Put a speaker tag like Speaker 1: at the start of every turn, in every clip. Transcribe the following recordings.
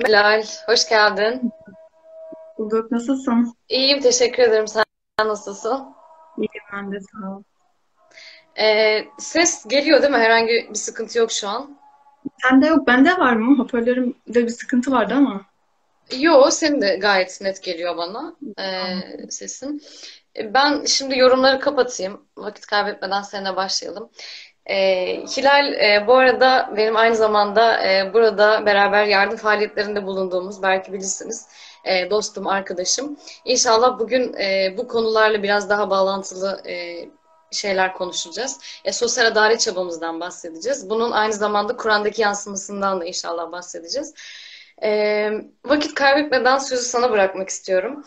Speaker 1: Bilal, hoş geldin.
Speaker 2: Bulduk. Nasılsın?
Speaker 1: İyiyim, teşekkür ederim. Sen nasılsın?
Speaker 2: İyiyim ben de sağ ol.
Speaker 1: Ses geliyor değil mi? Herhangi bir sıkıntı yok şu an.
Speaker 2: Sende yok. Bende var mı? Hoparlörümde bir sıkıntı vardı ama.
Speaker 1: Yo, senin de gayet net geliyor bana
Speaker 2: Tamam.
Speaker 1: sesin. Ben şimdi yorumları kapatayım. Vakit kaybetmeden seninle başlayalım. Hilal, bu arada benim aynı zamanda burada beraber yardım faaliyetlerinde bulunduğumuz, belki bilirsiniz, dostum, arkadaşım. İnşallah bugün bu konularla biraz daha bağlantılı şeyler konuşacağız. Sosyal adalet çabamızdan bahsedeceğiz. Bunun aynı zamanda Kur'an'daki yansımasından da inşallah bahsedeceğiz. Vakit kaybetmeden sözü sana bırakmak istiyorum.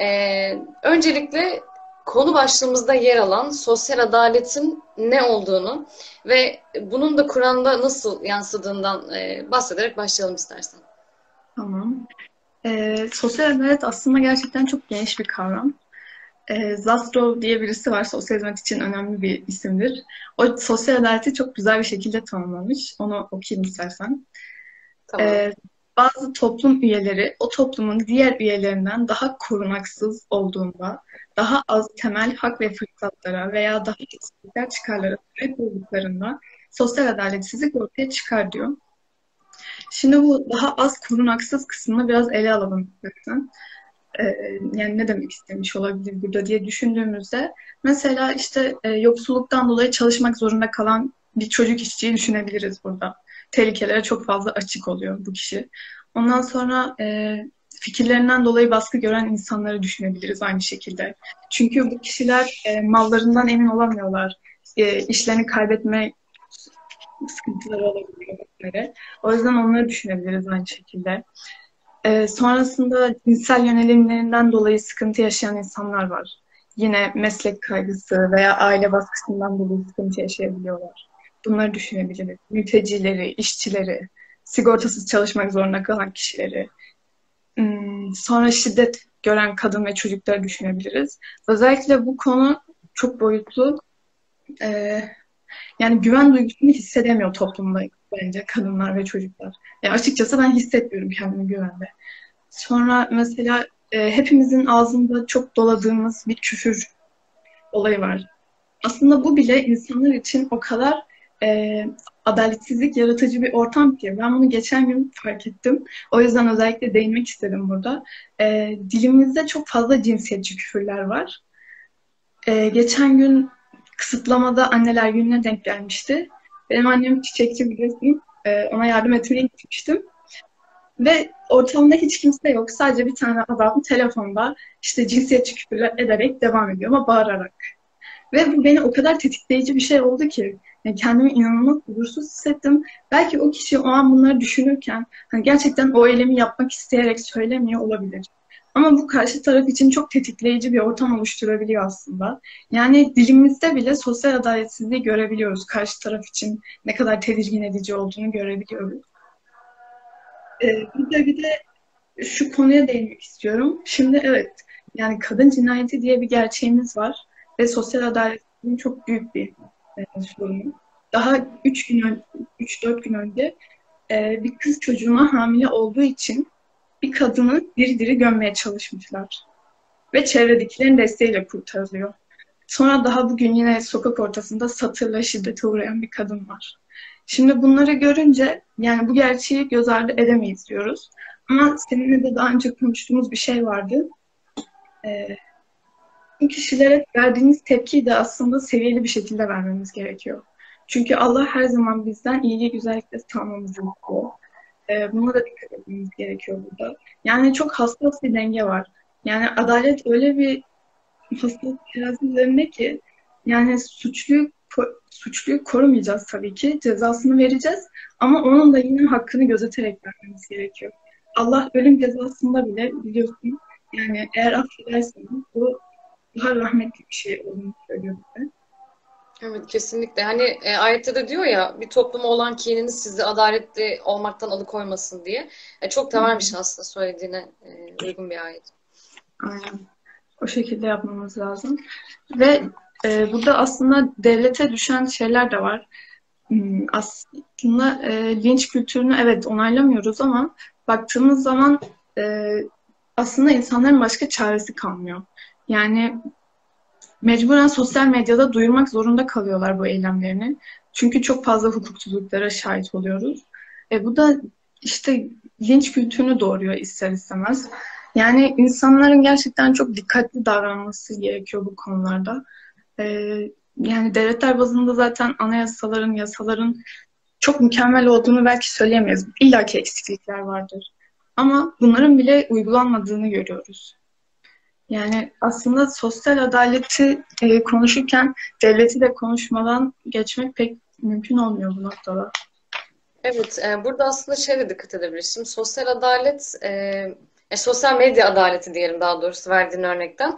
Speaker 1: Öncelikle konu başlığımızda yer alan sosyal adaletin ne olduğunu ve bunun da Kur'an'da nasıl yansıdığından bahsederek başlayalım istersen.
Speaker 2: Tamam. Sosyal adalet aslında gerçekten çok geniş bir kavram. Zastrow diye birisi var. Sosyal hizmet için önemli bir isimdir. O sosyal adaleti çok güzel bir şekilde tanımlamış. Onu okuyayım istersen.
Speaker 1: Tamam.
Speaker 2: Ee, Bazı toplum üyeleri o toplumun diğer üyelerinden daha korunaksız olduğunda, daha az temel hak ve fırsatlara veya daha eşitlikler çıkarlara sahip olduklarında sosyal adaletsizlik ortaya çıkar diyor. Şimdi bu daha az korunaksız kısmını biraz ele alalım lütfen. Ee, Yani ne demek istemiş olabilir burada diye düşündüğümüzde mesela işte yoksulluktan dolayı çalışmak zorunda kalan bir çocuk işçiyi düşünebiliriz burada. Tehlikelere çok fazla açık oluyor bu kişi. Ondan sonra fikirlerinden dolayı baskı gören insanları düşünebiliriz aynı şekilde. Çünkü bu kişiler mallarından emin olamıyorlar. İşlerini kaybetme sıkıntıları olabiliyor. Böyle. O yüzden onları düşünebiliriz aynı şekilde. Sonrasında cinsel yönelimlerinden dolayı sıkıntı yaşayan insanlar var. Yine meslek kaygısı veya aile baskısından dolayı sıkıntı yaşayabiliyorlar. Bunları düşünebiliriz. Mültecileri, işçileri, sigortasız çalışmak zorunda kalan kişileri. Sonra şiddet gören kadın ve çocukları düşünebiliriz. Özellikle bu konu çok boyutlu. Ee, Yani güven duygusunu hissedemiyor toplumda bence kadınlar ve çocuklar. Yani açıkçası ben hissetmiyorum kendimi güvende. Sonra mesela hepimizin ağzında çok doladığımız bir küfür olayı var. Aslında bu bile insanlar için o kadar e, adaletsizlik yaratıcı bir ortam ki. Ben bunu geçen gün fark ettim. O yüzden özellikle değinmek istedim burada. Dilimizde çok fazla cinsiyetçi küfürler var. Geçen gün kısıtlamada anneler gününe denk gelmişti. Benim annem çiçekçi biliyorsun. Ona yardım etmeye gitmiştim. Ve ortamda hiç kimse yok. Sadece bir tane adam telefonda işte cinsiyetçi küfürler ederek devam ediyor ama bağırarak. Ve bu beni o kadar tetikleyici bir şey oldu ki yani kendimi inanılmaz huzursuz hissettim. Belki o kişi o an bunları düşünürken hani gerçekten o eylemi yapmak isteyerek söylemiyor olabilir. Ama bu karşı taraf için çok tetikleyici bir ortam oluşturabiliyor aslında. Yani dilimizde bile sosyal adaletsizliği görebiliyoruz. Karşı taraf için ne kadar tedirgin edici olduğunu görebiliyoruz. Bir de şu konuya değinmek istiyorum. Şimdi evet, yani kadın cinayeti diye bir gerçeğimiz var ve sosyal adaletin çok büyük bir sorunu. Daha 3-4 gün önce bir kız çocuğuna hamile olduğu için bir kadını diri diri gömmeye çalışmışlar. Ve çevredekilerin desteğiyle kurtarılıyor. Sonra daha bugün yine sokak ortasında satırla şiddete uğrayan bir kadın var. Şimdi bunları görünce yani bu gerçeği göz ardı edemeyiz diyoruz. Ama seninle de daha önce konuştuğumuz bir şey vardı. Ee, Bu kişilere verdiğimiz tepkiyi de aslında seviyeli bir şekilde vermemiz gerekiyor. Çünkü Allah her zaman bizden iyiliği, güzellikle sağlamamızı istiyor. Buna da dikkat etmemiz gerekiyor burada. Yani çok hassas bir denge var. Yani adalet öyle bir hastalık terazi üzerinde ki yani suçluyu korumayacağız tabii ki. Cezasını vereceğiz ama onun da yine hakkını gözeterek vermemiz gerekiyor. Allah ölüm cezasında bile biliyorsun yani eğer affederseniz bu daha rahmetli bir şey olduğunu söylüyor bize.
Speaker 1: Evet, kesinlikle. Hani ayette de diyor ya, bir topluma olan kininiz sizi adaletli olmaktan alıkoymasın diye. Çok
Speaker 2: Hı
Speaker 1: temel bir
Speaker 2: hı.
Speaker 1: şey aslında söylediğine uygun bir ayet.
Speaker 2: Aynen. O şekilde yapmamız lazım. Ve burada aslında devlete düşen şeyler de var. Aslında linç kültürünü evet onaylamıyoruz ama baktığımız zaman e, aslında insanların başka çaresi kalmıyor. Yani mecburen sosyal medyada duyurmak zorunda kalıyorlar bu eylemlerini. Çünkü çok fazla hukuksuzluklara şahit oluyoruz. Bu da işte linç kültürünü doğuruyor ister istemez. Yani insanların gerçekten çok dikkatli davranması gerekiyor bu konularda. E, Yani devletler bazında zaten anayasaların, yasaların çok mükemmel olduğunu belki söyleyemeyiz. İlla ki eksiklikler vardır. Ama bunların bile uygulanmadığını görüyoruz. Yani aslında sosyal adaleti konuşurken devleti de konuşmadan geçmek pek mümkün olmuyor bu noktada.
Speaker 1: Evet, burada aslında şeye de dikkat edebiliriz. Şimdi sosyal adalet, sosyal medya adaleti diyelim daha doğrusu verdiğin örnekten.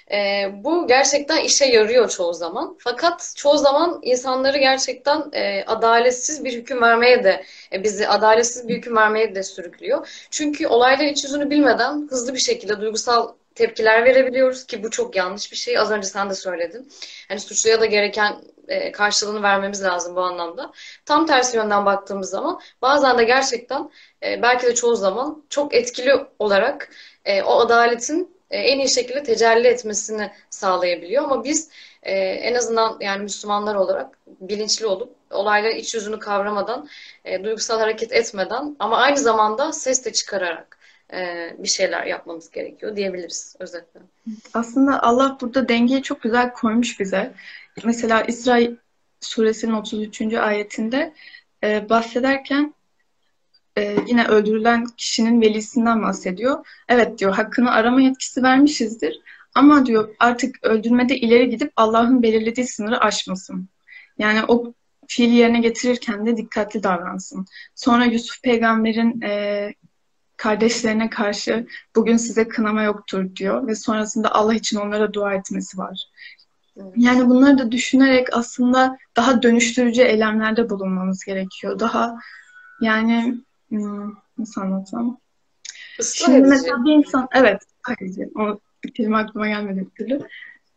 Speaker 1: Bu gerçekten işe yarıyor çoğu zaman. Fakat çoğu zaman insanları gerçekten adaletsiz bir hüküm vermeye de, bizi adaletsiz bir hüküm vermeye de sürüklüyor. Çünkü olayların iç yüzünü bilmeden hızlı bir şekilde duygusal tepkiler verebiliyoruz ki bu çok yanlış bir şey. Az önce sen de söyledin. Hani suçluya da gereken karşılığını vermemiz lazım bu anlamda. Tam tersi yönden baktığımız zaman bazen de gerçekten belki de çoğu zaman çok etkili olarak o adaletin en iyi şekilde tecelli etmesini sağlayabiliyor. Ama biz en azından yani Müslümanlar olarak bilinçli olup olayların iç yüzünü kavramadan, duygusal hareket etmeden ama aynı zamanda ses de çıkararak bir şeyler yapmamız gerekiyor diyebiliriz özetle.
Speaker 2: Aslında Allah burada dengeyi çok güzel koymuş bize. Mesela İsra suresinin 33. ayetinde bahsederken yine öldürülen kişinin velisinden bahsediyor. Evet diyor, hakkını arama yetkisi vermişizdir. Ama diyor artık öldürmede ileri gidip Allah'ın belirlediği sınırı aşmasın. Yani o fiili yerine getirirken de dikkatli davransın. Sonra Yusuf peygamberin kardeşlerine karşı bugün size kınama yoktur diyor ve sonrasında Allah için onlara dua etmesi var.
Speaker 1: Evet.
Speaker 2: Yani bunları da düşünerek aslında daha dönüştürücü eylemlerde bulunmamız gerekiyor. Daha yani nasıl anlatsam?
Speaker 1: Islah
Speaker 2: Şimdi
Speaker 1: edici.
Speaker 2: mesela bir insan, evet, hayır, o kelime aklıma gelmedi bir türlü.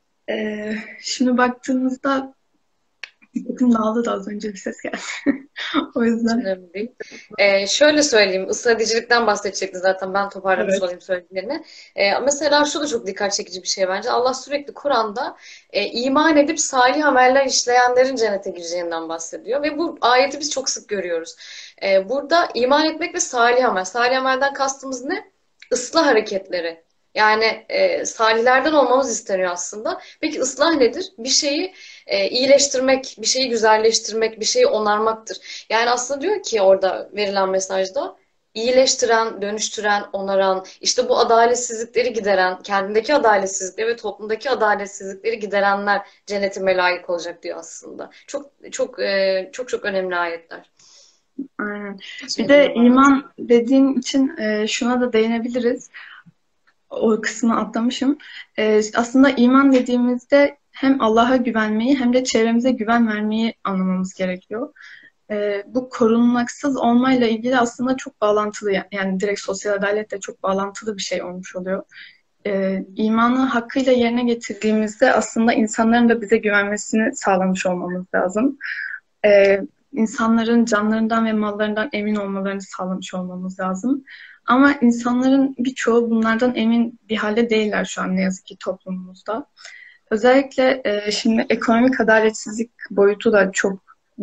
Speaker 2: Şimdi baktığımızda dikkatim dağıldı da az önce bir ses geldi. O
Speaker 1: Hiç
Speaker 2: yüzden
Speaker 1: önemli değil. Şöyle söyleyeyim, ıslah edicilikten bahsedecekti zaten ben toparlamış
Speaker 2: evet.
Speaker 1: olayım söylediklerini. Mesela şu da çok dikkat çekici bir şey bence. Allah sürekli Kur'an'da iman edip salih ameller işleyenlerin cennete gireceğinden bahsediyor. Ve bu ayeti biz çok sık görüyoruz. Burada iman etmek ve salih amel. Salih amelden kastımız ne? Islah hareketleri. Yani salihlerden olmamız isteniyor aslında. Peki ıslah nedir? Bir şeyi iyileştirmek, bir şeyi güzelleştirmek, bir şeyi onarmaktır. Yani aslında diyor ki orada verilen mesajda iyileştiren, dönüştüren, onaran, işte bu adaletsizlikleri gideren, kendindeki adaletsizlikleri ve toplumdaki adaletsizlikleri giderenler cennetime layık olacak diyor aslında. Çok çok çok çok önemli ayetler.
Speaker 2: Aynen. Bir
Speaker 1: Şeyde
Speaker 2: de
Speaker 1: de var.
Speaker 2: iman dediğin için şuna da değinebiliriz. O kısmı atlamışım. Aslında iman dediğimizde hem Allah'a güvenmeyi hem de çevremize güven vermeyi anlamamız gerekiyor. Bu korunmaksız olmayla ilgili aslında çok bağlantılı, yani direkt sosyal adaletle çok bağlantılı bir şey olmuş oluyor. İmanı hakkıyla yerine getirdiğimizde aslında insanların da bize güvenmesini sağlamış olmamız lazım. İnsanların canlarından ve mallarından emin olmalarını sağlamış olmamız lazım. Ama insanların birçoğu bunlardan emin bir halde değiller şu an ne yazık ki toplumumuzda. Özellikle şimdi ekonomik adaletsizlik boyutu da çok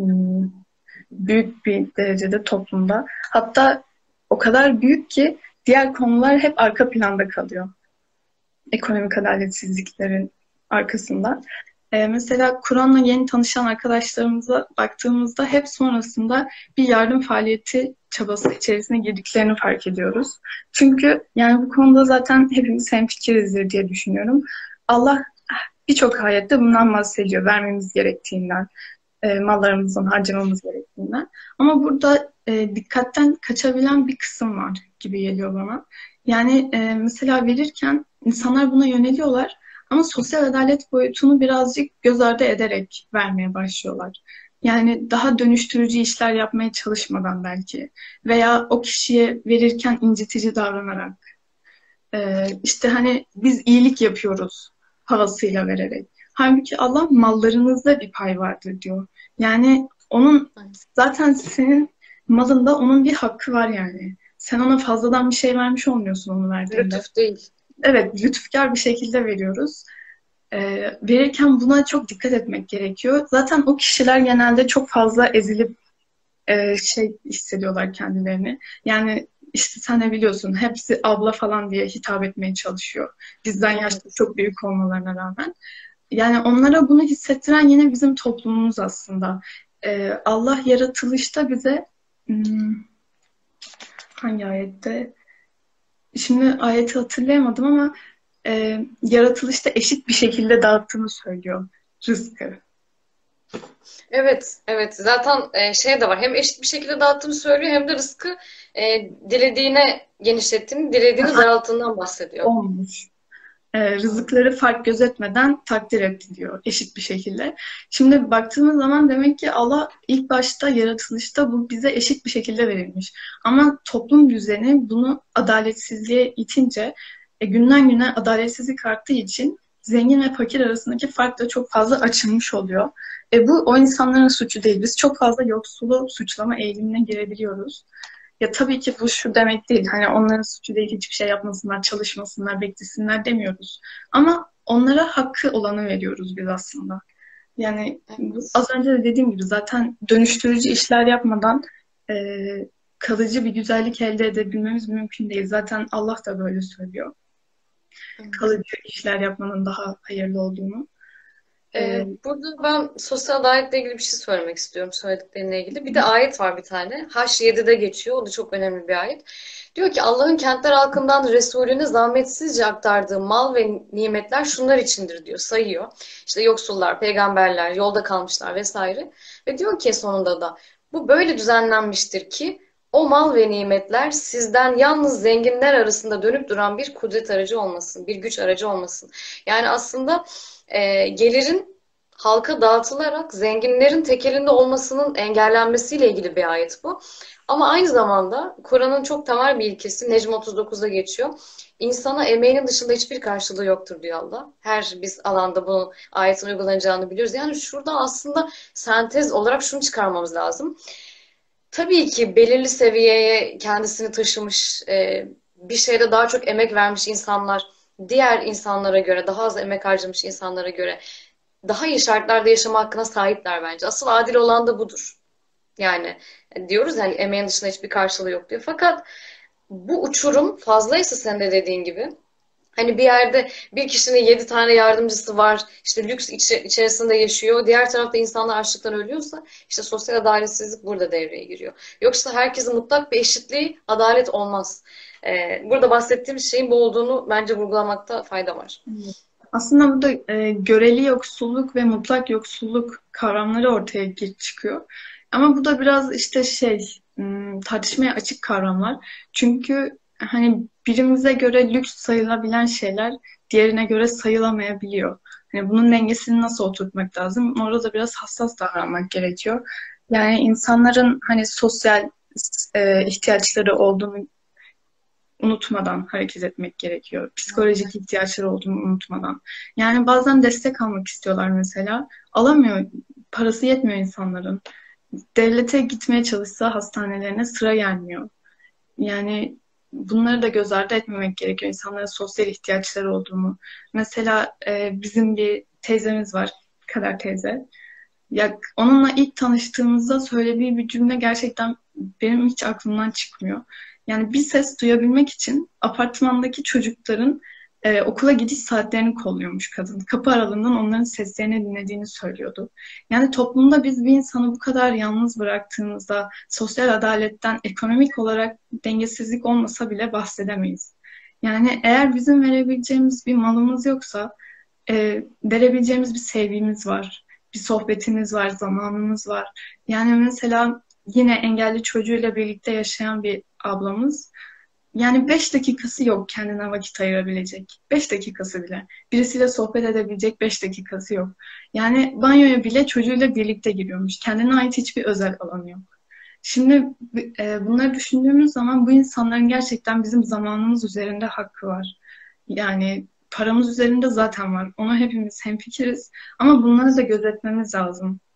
Speaker 2: büyük bir derecede toplumda. Hatta o kadar büyük ki diğer konular hep arka planda kalıyor. Ekonomik adaletsizliklerin arkasında. Mesela Kur'an'la yeni tanışan arkadaşlarımıza baktığımızda hep sonrasında bir yardım faaliyeti çabası içerisine girdiklerini fark ediyoruz. Çünkü yani bu konuda zaten hepimiz hemfikirizdir diye düşünüyorum. Allah birçok ayette bundan bahsediyor, vermemiz gerektiğinden, mallarımızdan harcamamız gerektiğinden. Ama burada dikkatten kaçabilen bir kısım var gibi geliyor bana. Yani mesela verirken insanlar buna yöneliyorlar ama sosyal adalet boyutunu birazcık göz ardı ederek vermeye başlıyorlar. Yani daha dönüştürücü işler yapmaya çalışmadan belki veya o kişiye verirken incitici davranarak işte hani biz iyilik yapıyoruz havasıyla vererek. Halbuki Allah mallarınızda bir pay vardır diyor. Yani onun zaten senin malında onun bir hakkı var yani. sen ona fazladan bir şey vermiş olmuyorsun onu verdiğinde.
Speaker 1: Lütuf değil.
Speaker 2: Evet, lütufkar bir şekilde veriyoruz. Verirken buna çok dikkat etmek gerekiyor. Zaten o kişiler genelde çok fazla ezilip şey hissediyorlar kendilerini. Yani işte sen de biliyorsun hepsi abla falan diye hitap etmeye çalışıyor. Bizden yaşça
Speaker 1: Evet.
Speaker 2: çok büyük olmalarına rağmen. Yani onlara bunu hissettiren yine bizim toplumumuz aslında. Allah yaratılışta bize hmm, hangi ayette? Şimdi ayeti hatırlayamadım ama yaratılışta eşit bir şekilde dağıttığını söylüyor rızkı.
Speaker 1: Evet, evet. Zaten şey de var. Hem eşit bir şekilde dağıttığını söylüyor hem de rızkı dilediğine genişlettiğini, dilediğini daralttığından bahsediyor.
Speaker 2: Olmuş.
Speaker 1: Evet.
Speaker 2: Rızıkları fark gözetmeden takdir etti diyor eşit bir şekilde. Şimdi baktığımız zaman demek ki Allah ilk başta yaratılışta bu bize eşit bir şekilde verilmiş. Ama toplum düzeni bunu adaletsizliğe itince günden güne adaletsizlik arttığı için zengin ve fakir arasındaki fark da çok fazla açılmış oluyor. Bu o insanların suçu değil. Biz çok fazla yoksulu suçlama eğilimine girebiliyoruz. Ya tabii ki bu şu demek değil. Hani onların suçu değil, hiçbir şey yapmasınlar, çalışmasınlar, beklesinler demiyoruz. Ama onlara hakkı olanı veriyoruz biz aslında. Yani
Speaker 1: Evet.
Speaker 2: az önce de dediğim gibi zaten dönüştürücü işler yapmadan e, kalıcı bir güzellik elde edebilmemiz mümkün değil. Zaten Allah da böyle söylüyor.
Speaker 1: Evet.
Speaker 2: Kalıcı işler yapmanın daha hayırlı olduğunu. E,
Speaker 1: Burada ben sosyal adaletle ilgili bir şey söylemek istiyorum söylediklerine ilgili. Bir de ayet var bir tane. H7'de geçiyor. O da çok önemli bir ayet. Diyor ki Allah'ın kentler halkından Resulüne zahmetsizce aktardığı mal ve nimetler şunlar içindir diyor. Sayıyor. İşte yoksullar, peygamberler, yolda kalmışlar vesaire. Ve diyor ki sonunda da bu böyle düzenlenmiştir ki o mal ve nimetler sizden yalnız zenginler arasında dönüp duran bir kudret aracı olmasın, bir güç aracı olmasın. Yani aslında gelirin halka dağıtılarak zenginlerin tek elinde olmasının engellenmesiyle ilgili bir ayet bu. Ama aynı zamanda Kur'an'ın çok temel bir ilkesi Necm 39'da geçiyor. İnsana emeğinin dışında hiçbir karşılığı yoktur diyor Allah. Her biz alanda bu ayetin uygulanacağını biliyoruz. Yani şurada aslında sentez olarak şunu çıkarmamız lazım. Tabii ki belirli seviyeye kendisini taşımış, bir şeyde daha çok emek vermiş insanlar diğer insanlara göre, daha az emek harcamış insanlara göre daha iyi şartlarda yaşama hakkına sahipler bence. Asıl adil olan da budur. Yani diyoruz yani emeğin dışında hiçbir karşılığı yok diyor. Fakat bu uçurum fazlaysa sen de dediğin gibi hani bir yerde bir kişinin 7 tane yardımcısı var, işte lüks içerisinde yaşıyor, diğer tarafta insanlar açlıktan ölüyorsa işte sosyal adaletsizlik burada devreye giriyor. Yoksa herkesin mutlak bir eşitliği adalet olmaz. Burada bahsettiğimiz şeyin bu olduğunu bence vurgulamakta fayda var.
Speaker 2: Aslında burada göreli yoksulluk ve mutlak yoksulluk kavramları ortaya çıkıyor. Ama bu da biraz işte tartışmaya açık kavramlar. Çünkü hani birimize göre lüks sayılabilen şeyler diğerine göre sayılamayabiliyor. Hani bunun dengesini nasıl oturtmak lazım? Orada biraz hassas davranmak gerekiyor. Yani insanların hani sosyal ihtiyaçları olduğunu unutmadan hareket etmek gerekiyor. Psikolojik ihtiyaçları olduğunu unutmadan. Yani bazen destek almak istiyorlar mesela. Alamıyor. Parası yetmiyor insanların. Devlete gitmeye çalışsa hastanelerine sıra gelmiyor. Yani bunları da göz ardı etmemek gerekiyor. İnsanların sosyal ihtiyaçları olduğunu. Mesela bizim bir teyzemiz var. Kader teyze. Ya onunla ilk tanıştığımızda söylediği bir cümle gerçekten benim hiç aklımdan çıkmıyor. Yani bir ses duyabilmek için apartmandaki çocukların okula gidiş saatlerini kolluyormuş kadın. Kapı aralığından onların seslerini dinlediğini söylüyordu. Yani toplumda biz bir insanı bu kadar yalnız bıraktığımızda sosyal adaletten ekonomik olarak dengesizlik olmasa bile bahsedemeyiz. Yani eğer bizim verebileceğimiz bir malımız yoksa verebileceğimiz bir sevgimiz var, bir sohbetimiz var, zamanımız var. Yani mesela yine engelli çocuğuyla birlikte yaşayan bir ablamız. Yani 5 dakikası yok kendine vakit ayırabilecek. 5 dakikası bile. Birisiyle sohbet edebilecek 5 dakikası yok. Yani banyoya bile çocuğuyla birlikte giriyormuş. Kendine ait hiçbir özel alanı yok. Şimdi bunları düşündüğümüz zaman bu insanların gerçekten bizim zamanımız üzerinde hakkı var. Yani paramız üzerinde zaten var. Ona hepimiz hemfikiriz. Ama bunları da gözetmemiz lazım.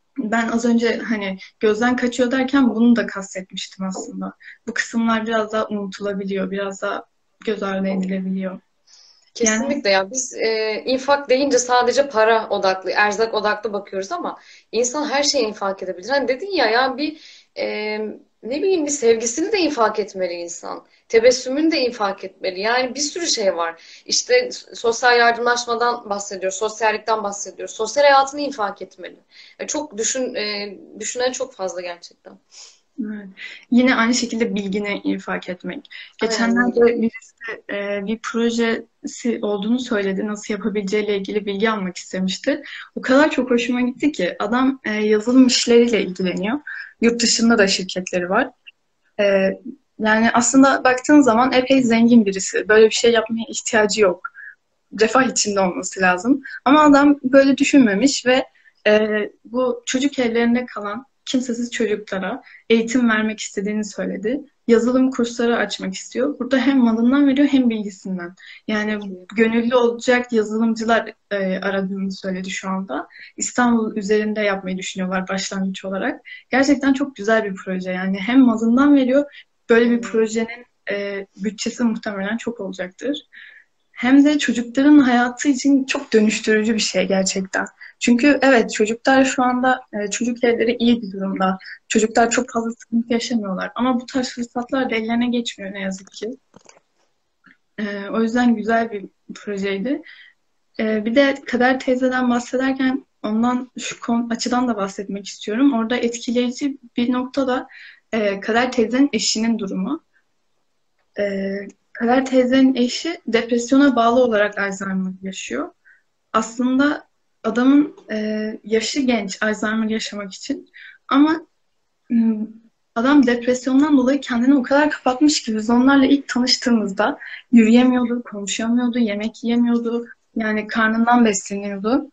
Speaker 2: Ben az önce hani gözden kaçıyor derken bunu da kastetmiştim aslında. Bu kısımlar biraz daha unutulabiliyor, biraz daha göz ardı edilebiliyor. Yani
Speaker 1: Kesinlikle ya biz infak deyince sadece para odaklı, erzak odaklı bakıyoruz ama insan her şeyi infak edebilir. Hani dedin ya bir e, ne bileyim bir sevgisini de infak etmeli insan. Tebessümünü de infak etmeli. Yani bir sürü şey var. İşte sosyal yardımlaşmadan bahsediyoruz, sosyallikten bahsediyoruz. Sosyal hayatını infak etmeli. Çok düşünen çok fazla gerçekten.
Speaker 2: evet. Yine aynı şekilde bilgini infak etmek.
Speaker 1: Aynen
Speaker 2: Geçenlerde
Speaker 1: bilgi.
Speaker 2: birisi bir projesi olduğunu söyledi. Nasıl yapabileceğiyle ilgili bilgi almak istemişti. O kadar çok hoşuma gitti ki adam yazılım işleriyle ilgileniyor. Yurt dışında da şirketleri var. E, Yani aslında baktığın zaman epey zengin birisi. Böyle bir şey yapmaya ihtiyacı yok. Refah içinde olması lazım. Ama adam böyle düşünmemiş ve bu çocuk evlerinde kalan kimsesiz çocuklara eğitim vermek istediğini söyledi. Yazılım kursları açmak istiyor. Burada hem malından veriyor hem bilgisinden. Yani
Speaker 1: Çok iyi.
Speaker 2: gönüllü olacak yazılımcılar aradığını söyledi şu anda. İstanbul üzerinde yapmayı düşünüyorlar başlangıç olarak. Gerçekten çok güzel bir proje. Yani hem malından veriyor. Böyle bir
Speaker 1: Hmm.
Speaker 2: projenin bütçesi muhtemelen çok olacaktır. Hem de çocukların hayatı için çok dönüştürücü bir şey gerçekten. Çünkü evet çocuklar şu anda çocuk evleri iyi bir durumda. Çocuklar çok fazla sıkıntı yaşamıyorlar. Ama bu tarz fırsatlar da ellerine geçmiyor ne yazık ki. O yüzden güzel bir projeydi. Bir de Kader teyzeden bahsederken ondan açıdan da bahsetmek istiyorum. Orada etkileyici bir nokta da Kader teyzenin eşinin durumu. Kader teyzenin eşi depresyona bağlı olarak Alzheimer yaşıyor. Aslında adamın yaşı genç Alzheimer yaşamak için. Ama m, adam depresyondan dolayı kendini o kadar kapatmış ki biz onlarla ilk tanıştığımızda yürüyemiyordu, konuşamıyordu, yemek yiyemiyordu. Yani karnından besleniyordu.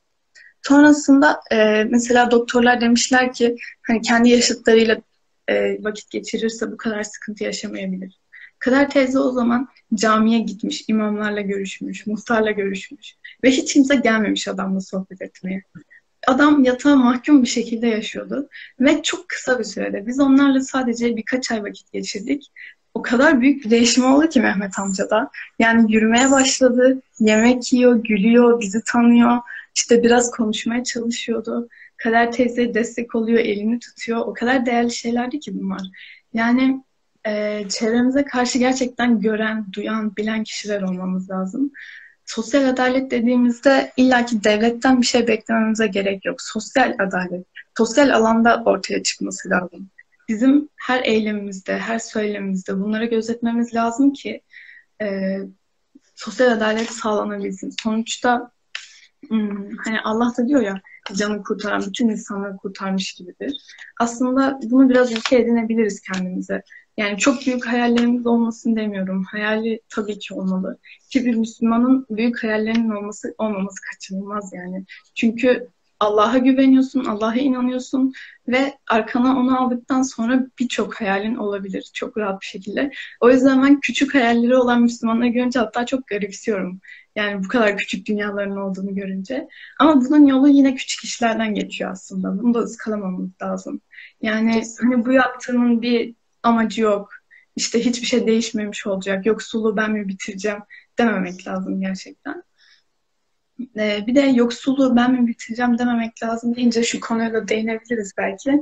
Speaker 2: Sonrasında mesela doktorlar demişler ki hani kendi yaşıtlarıyla vakit geçirirse bu kadar sıkıntı yaşamayabilir. Kader teyze o zaman camiye gitmiş, imamlarla görüşmüş, muhtarla görüşmüş ve hiç kimse gelmemiş adamla sohbet etmeye. Adam yatağa mahkum bir şekilde yaşıyordu ve çok kısa bir sürede biz onlarla sadece birkaç ay vakit geçirdik. O kadar büyük bir değişim oldu ki Mehmet amcada. Yani yürümeye başladı, yemek yiyor, gülüyor, bizi tanıyor. İşte biraz konuşmaya çalışıyordu. Kader teyze destek oluyor, elini tutuyor. O kadar değerli şeylerdi ki bunlar. Yani çevremize karşı gerçekten gören, duyan, bilen kişiler olmamız lazım. Sosyal adalet dediğimizde illaki devletten bir şey beklememize gerek yok. Sosyal adalet, sosyal alanda ortaya çıkması lazım. Bizim her eylemimizde, her söylemimizde bunları gözetmemiz lazım ki e, sosyal adalet sağlanabilsin. Sonuçta hani Allah da diyor ya canı kurtaran bütün insanları kurtarmış gibidir. Aslında bunu biraz ilke edinebiliriz kendimize. Yani çok büyük hayallerimiz olmasın demiyorum. Hayali tabii ki olmalı. Ki bir Müslümanın büyük hayallerinin olmaması kaçınılmaz yani. Çünkü Allah'a güveniyorsun, Allah'a inanıyorsun ve arkana onu aldıktan sonra birçok hayalin olabilir çok rahat bir şekilde. O yüzden ben küçük hayalleri olan Müslümanları görünce hatta çok garipsiyorum. Yani bu kadar küçük dünyaların olduğunu görünce. Ama bunun yolu yine küçük işlerden geçiyor aslında. Bunu da ıskalamamız lazım. Yani
Speaker 1: Kesin.
Speaker 2: hani bu yaptığımın bir amacı yok. İşte hiçbir şey değişmemiş olacak. Yoksulluğu ben mi bitireceğim dememek lazım gerçekten. Bir de yoksulluğu ben mi bitireceğim dememek lazım deyince şu konuya da değinebiliriz belki.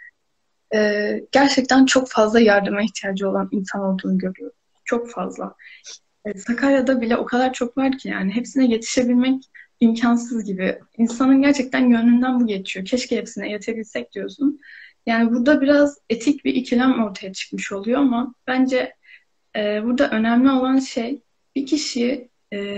Speaker 2: Gerçekten çok fazla yardıma ihtiyacı olan insan olduğunu görüyorum. Çok fazla. Sakarya'da bile o kadar çok var ki yani hepsine yetişebilmek imkansız gibi. İnsanın gerçekten gönlünden bu geçiyor. Keşke hepsine yetebilsek diyorsun. Yani burada biraz etik bir ikilem ortaya çıkmış oluyor ama bence burada önemli olan şey bir kişiyi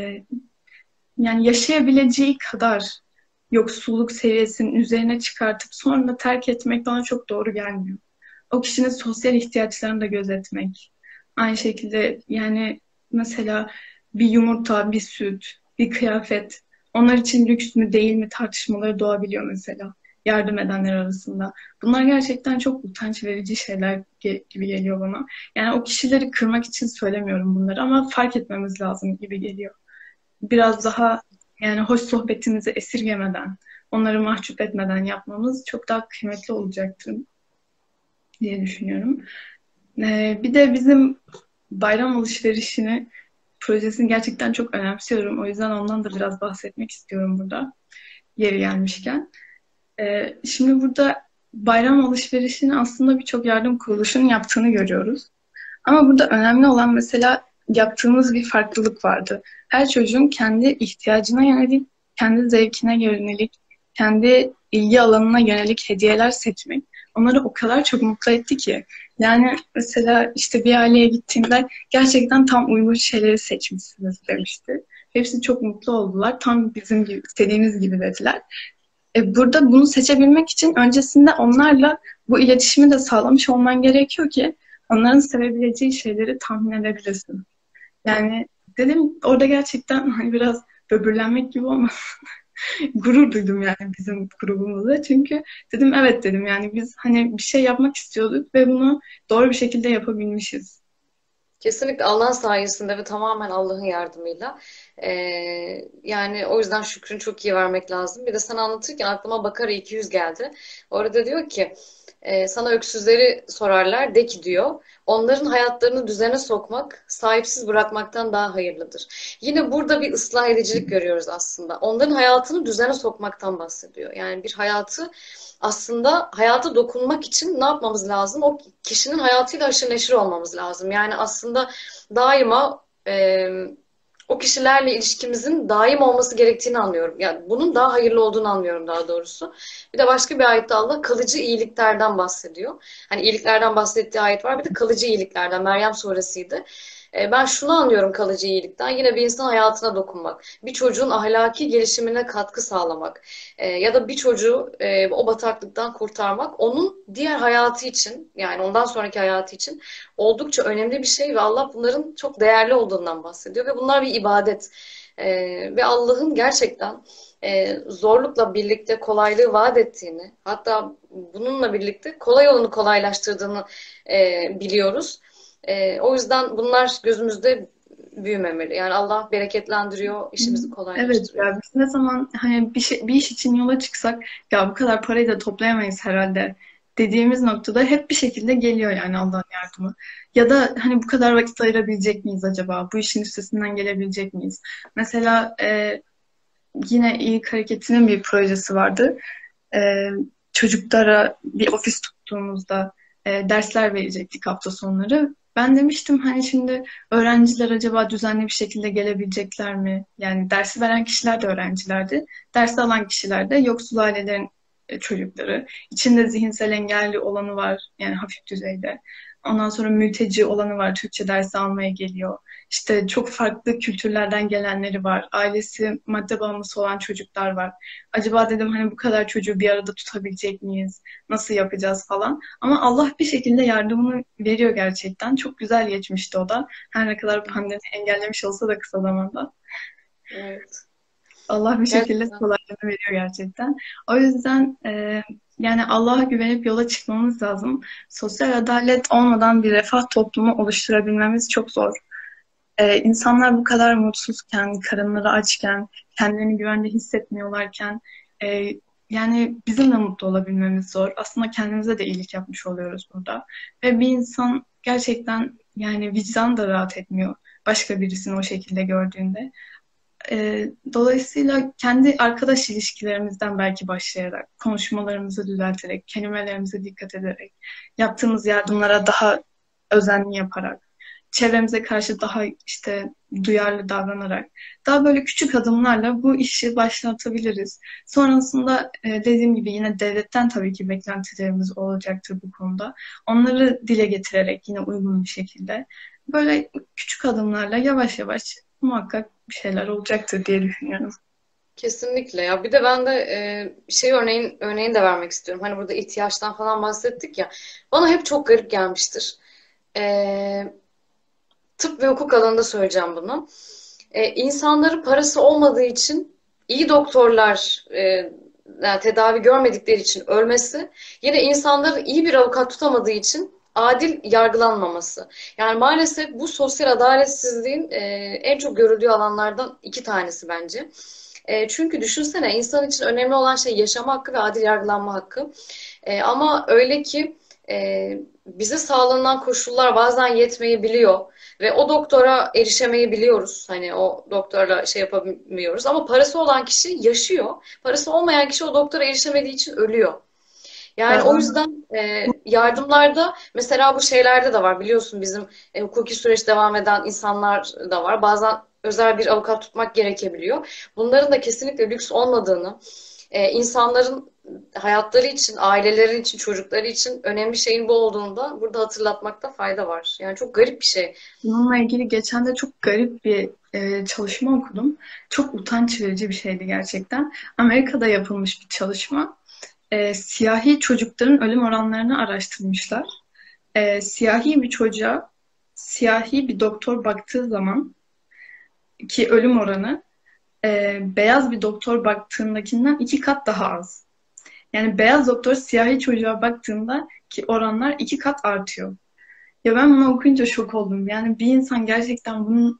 Speaker 2: yani yaşayabileceği kadar yoksulluk seviyesinin üzerine çıkartıp sonra da terk etmek bana çok doğru gelmiyor. O kişinin sosyal ihtiyaçlarını da gözetmek. Aynı şekilde yani mesela bir yumurta, bir süt, bir kıyafet onlar için lüks mü değil mi tartışmaları doğabiliyor mesela yardım edenler arasında. Bunlar gerçekten çok utanç verici şeyler gibi geliyor bana. Yani o kişileri kırmak için söylemiyorum bunları ama fark etmemiz lazım gibi geliyor. Biraz daha yani hoş sohbetimizi esirgemeden, onları mahcup etmeden yapmamız çok daha kıymetli olacaktır diye düşünüyorum. Bir de bizim bayram alışverişini projesini gerçekten çok önemsiyorum. O yüzden ondan da biraz bahsetmek istiyorum burada yeri gelmişken. Şimdi burada bayram alışverişini aslında birçok yardım kuruluşunun yaptığını görüyoruz. Ama burada önemli olan mesela yaptığımız bir farklılık vardı. Her çocuğun kendi ihtiyacına yönelik, kendi zevkine yönelik, kendi ilgi alanına yönelik hediyeler seçmek onları o kadar çok mutlu etti ki. Yani mesela işte bir aileye gittiğimde gerçekten tam uygun şeyleri seçmişsiniz demişti. Hepsi çok mutlu oldular. Tam bizim gibi, istediğimiz gibi dediler. Burada bunu seçebilmek için öncesinde onlarla bu iletişimi de sağlamış olman gerekiyor ki onların sevebileceği şeyleri tahmin edebilirsin. Yani dedim orada gerçekten hani biraz böbürlenmek gibi olmasın. Gurur duydum yani bizim grubumuzda. Çünkü dedim evet dedim yani biz hani bir şey yapmak istiyorduk ve bunu doğru bir şekilde yapabilmişiz.
Speaker 1: Kesinlikle Allah'ın sayesinde ve tamamen Allah'ın yardımıyla. Yani o yüzden şükrünü çok iyi vermek lazım. Bir de sana anlatırken aklıma Bakara 200 geldi. Orada diyor ki sana öksüzleri sorarlar de ki diyor onların hayatlarını düzene sokmak sahipsiz bırakmaktan daha hayırlıdır. Yine burada bir ıslah edicilik görüyoruz aslında. Onların hayatını düzene sokmaktan bahsediyor. Yani bir hayatı aslında hayata dokunmak için ne yapmamız lazım? O kişinin hayatıyla haşır neşir olmamız lazım. Yani aslında daima o kişilerle ilişkimizin daim olması gerektiğini anlıyorum. Yani bunun daha hayırlı olduğunu anlıyorum daha doğrusu. Bir de başka bir ayette Allah kalıcı iyiliklerden bahsediyor. Hani iyiliklerden bahsettiği ayet var. Bir de kalıcı iyiliklerden. Meryem suresiydi. Ben şunu anlıyorum kalıcı iyilikten. Yine bir insan hayatına dokunmak. Bir çocuğun ahlaki gelişimine katkı sağlamak. Ya da bir çocuğu o bataklıktan kurtarmak. Onun diğer hayatı için yani ondan sonraki hayatı için oldukça önemli bir şey ve Allah bunların çok değerli olduğundan bahsediyor ve bunlar bir ibadet. Ve Allah'ın gerçekten zorlukla birlikte kolaylığı vaat ettiğini, hatta bununla birlikte kolay yolunu kolaylaştırdığını biliyoruz. O yüzden bunlar gözümüzde büyümemeli. Yani Allah bereketlendiriyor, işimizi
Speaker 2: Evet
Speaker 1: kolaylaştırıyor.
Speaker 2: ya biz ne zaman hani bir iş için yola çıksak ya bu kadar parayı da toplayamayız herhalde dediğimiz noktada hep bir şekilde geliyor yani Allah'ın yardımı. Ya da hani bu kadar vakit ayırabilecek miyiz acaba? Bu işin üstesinden gelebilecek miyiz? Mesela yine İyilik Hareketi'nin bir projesi vardı. E, Çocuklara bir ofis tuttuğumuzda dersler verecektik hafta sonları. Ben demiştim hani şimdi öğrenciler acaba düzenli bir şekilde gelebilecekler mi? Yani dersi veren kişiler de öğrencilerdi. Dersi alan kişiler de yoksul ailelerin çocukları. İçinde zihinsel engelli olanı var yani hafif düzeyde. Ondan sonra mülteci olanı var. Türkçe dersi almaya geliyor. İşte çok farklı kültürlerden gelenleri var. Ailesi madde bağımlısı olan çocuklar var. Acaba dedim hani bu kadar çocuğu bir arada tutabilecek miyiz? Nasıl yapacağız falan. Ama Allah bir şekilde yardımını veriyor gerçekten. Çok güzel geçmişti o da. Her ne kadar pandemi engellemiş olsa da kısa zamanda.
Speaker 1: Evet.
Speaker 2: Allah bir şekilde
Speaker 1: Gerçekten.
Speaker 2: kolaylığını veriyor gerçekten. O yüzden yani Allah'a güvenip yola çıkmamız lazım. Sosyal adalet olmadan bir refah toplumu oluşturabilmemiz çok zor. İnsanlar bu kadar mutsuzken, karınları açken, kendilerini güvende hissetmiyorlarken yani bizim de mutlu olabilmemiz zor. Aslında kendimize de iyilik yapmış oluyoruz burada. Ve bir insan gerçekten yani vicdan da rahat etmiyor başka birisini o şekilde gördüğünde. Dolayısıyla kendi arkadaş ilişkilerimizden belki başlayarak, konuşmalarımızı düzelterek, kelimelerimize dikkat ederek, yaptığımız yardımlara daha özenli yaparak, çevremize karşı daha işte duyarlı davranarak, daha böyle küçük adımlarla bu işi başlatabiliriz. Sonrasında dediğim gibi yine devletten tabii ki beklentilerimiz olacaktır bu konuda. Onları dile getirerek yine uygun bir şekilde böyle küçük adımlarla yavaş yavaş muhakkak bir şeyler olacaktır diye düşünüyorum.
Speaker 1: Kesinlikle ya. Bir de ben de şey örneğini de vermek istiyorum. Hani burada ihtiyaçtan falan bahsettik ya. Bana hep çok garip gelmiştir. E, Tıp ve hukuk alanında söyleyeceğim bunu. İnsanların parası olmadığı için iyi doktorlar yani tedavi görmedikleri için ölmesi, yine insanların iyi bir avukat tutamadığı için adil yargılanmaması. Yani maalesef bu sosyal adaletsizliğin en çok görüldüğü alanlardan iki tanesi bence. Çünkü düşünsene, insan için önemli olan şey yaşama hakkı ve adil yargılanma hakkı. Ama öyle ki bize sağlanan koşullar bazen yetmeyebiliyor ve o doktora erişemeyebiliyoruz. Hani o doktorla şey yapamıyoruz. Ama parası olan kişi yaşıyor. Parası olmayan kişi o doktora erişemediği için ölüyor. Yani
Speaker 2: Ya
Speaker 1: o
Speaker 2: ben
Speaker 1: yüzden yardımlarda mesela bu şeylerde de var, biliyorsun bizim hukuki süreç devam eden insanlar da var. Bazen özel bir avukat tutmak gerekebiliyor. Bunların da kesinlikle lüks olmadığını, insanların hayatları için, aileleri için, çocukları için önemli şeyin bu olduğunu da burada hatırlatmakta fayda var. Yani çok garip bir şey.
Speaker 2: bununla ilgili geçen de çok garip bir çalışma okudum. Çok utanç verici bir şeydi gerçekten. Amerika'da yapılmış bir çalışma. Siyahi çocukların ölüm oranlarını araştırmışlar. Siyahi bir çocuğa siyahi bir doktor baktığı zaman ki ölüm oranı beyaz bir doktor baktığındakinden 2 kat daha az. Yani beyaz doktor siyahi çocuğa baktığında ki oranlar 2 kat artıyor. Ya ben bunu okuyunca şok oldum. Yani bir insan gerçekten bunu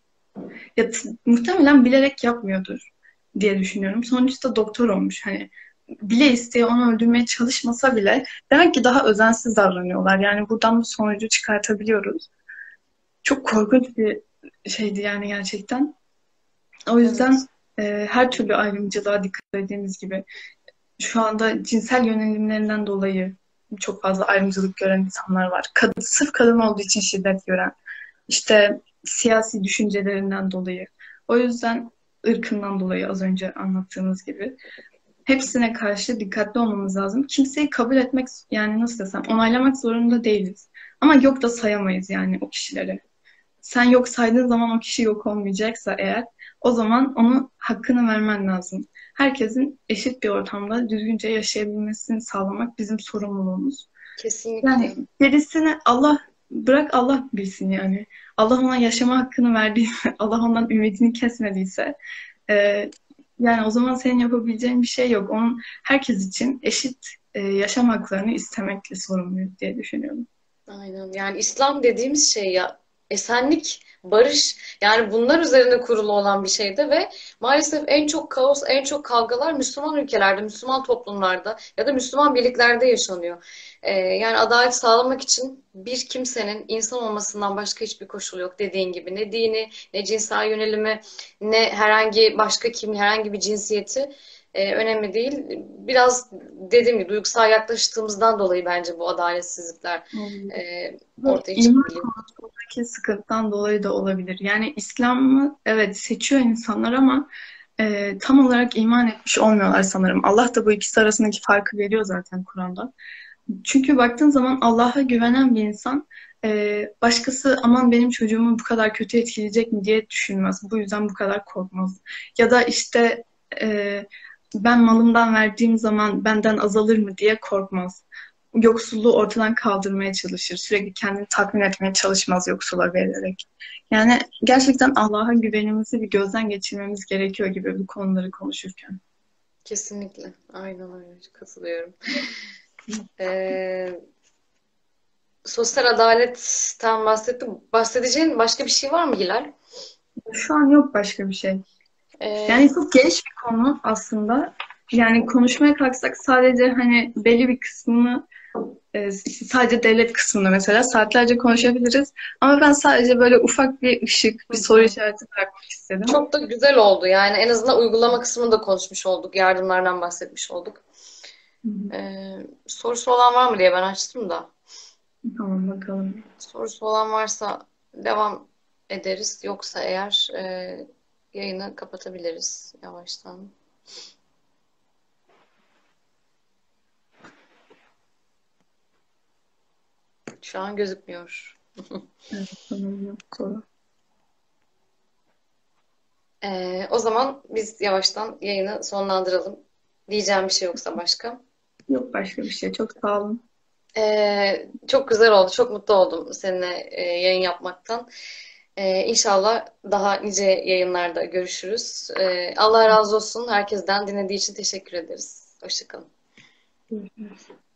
Speaker 2: muhtemelen bilerek yapmıyordur diye düşünüyorum. Sonuçta doktor olmuş. Hani bile isteye onu öldürmeye çalışmasa bile demek ki daha özensiz davranıyorlar. Yani buradan bu sonucu çıkartabiliyoruz. Çok korkunç bir şeydi yani gerçekten. O yüzden
Speaker 1: Evet.
Speaker 2: her türlü ayrımcılığa dikkat ettiğimiz gibi şu anda cinsel yönelimlerinden dolayı çok fazla ayrımcılık gören insanlar var. Sırf kadın olduğu için şiddet gören, işte siyasi düşüncelerinden dolayı. O yüzden ırkından dolayı az önce anlattığımız gibi hepsine karşı dikkatli olmamız lazım. Kimseyi kabul etmek yani nasıl desem onaylamak zorunda değiliz. Ama yok da sayamayız yani o kişileri. Sen yok saydığın zaman o kişi yok olmayacaksa eğer o zaman onun hakkını vermen lazım. Herkesin eşit bir ortamda düzgünce yaşayabilmesini sağlamak bizim sorumluluğumuz. Yani
Speaker 1: Kesinlikle.
Speaker 2: gerisini Allah bırak Allah bilsin yani. Allah ona yaşama hakkını verdiyse, Allah ondan ümidini kesmediyse e, yani o zaman senin yapabileceğin bir şey yok. Onun herkes için eşit yaşam haklarını istemekle sorumluyuz diye düşünüyorum.
Speaker 1: Aynen. Yani İslam dediğimiz şey ya, esenlik, barış, yani bunlar üzerine kurulu olan bir şeydi ve maalesef en çok kaos, en çok kavgalar Müslüman ülkelerde, Müslüman toplumlarda ya da Müslüman birliklerde yaşanıyor. Yani adalet sağlamak için bir kimsenin insan olmasından başka hiçbir koşul yok, dediğin gibi. Ne dini, ne cinsel yönelimi, ne herhangi başka kim, herhangi bir cinsiyeti önemli değil. Biraz dediğim gibi duygusal yaklaştığımızdan dolayı bence bu adaletsizlikler
Speaker 2: Bu
Speaker 1: ortaya
Speaker 2: iman
Speaker 1: çıkabiliyor.
Speaker 2: konusundaki sıkıntıdan dolayı da olabilir. Yani İslam'ı evet seçiyor insanlar ama tam olarak iman etmiş olmuyorlar sanırım. Allah da bu ikisi arasındaki farkı veriyor zaten Kur'an'da. Çünkü baktığın zaman Allah'a güvenen bir insan başkası aman benim çocuğumu bu kadar kötü etkileyecek mi diye düşünmez. Bu yüzden bu kadar korkmaz. Ya da işte e, ben malımdan verdiğim zaman benden azalır mı diye korkmaz. Yoksulluğu ortadan kaldırmaya çalışır. Sürekli kendini tatmin etmeye çalışmaz yoksula vererek. Yani gerçekten Allah'a güvenimizi bir gözden geçirmemiz gerekiyor gibi bu konuları konuşurken.
Speaker 1: Kesinlikle. Aynen öyle. Katılıyorum. E, Sosyal adaletten bahsettim. Bahsedeceğin başka bir şey var mı Hilal?
Speaker 2: Şu an yok başka bir şey.
Speaker 1: E,
Speaker 2: Yani çok geniş bir konu aslında. Yani konuşmaya kalksak sadece hani belli bir kısmını sadece devlet kısmını mesela saatlerce konuşabiliriz. Ama ben sadece böyle ufak bir ışık,
Speaker 1: hı
Speaker 2: bir soru
Speaker 1: hı.
Speaker 2: işareti bırakmak istedim.
Speaker 1: Çok da güzel oldu. Yani en azından uygulama kısmını da konuşmuş olduk. Yardımlardan bahsetmiş olduk.
Speaker 2: Hı hı.
Speaker 1: Sorusu olan var mı diye ben açtım da.
Speaker 2: Tamam bakalım.
Speaker 1: Sorusu olan varsa devam ederiz. Yoksa eğer yayını kapatabiliriz yavaştan. Şu an gözükmüyor.
Speaker 2: Evet, sanırım yok soru.
Speaker 1: O zaman biz yavaştan yayını sonlandıralım. Diyeceğim bir şey yoksa başka.
Speaker 2: Yok başka bir şey. Çok sağ olun.
Speaker 1: Çok güzel oldu. Çok mutlu oldum seninle yayın yapmaktan. İnşallah daha nice yayınlarda görüşürüz. Allah razı olsun. Herkesten dinlediği için teşekkür ederiz. Hoşça kalın.
Speaker 2: Görüşürüz.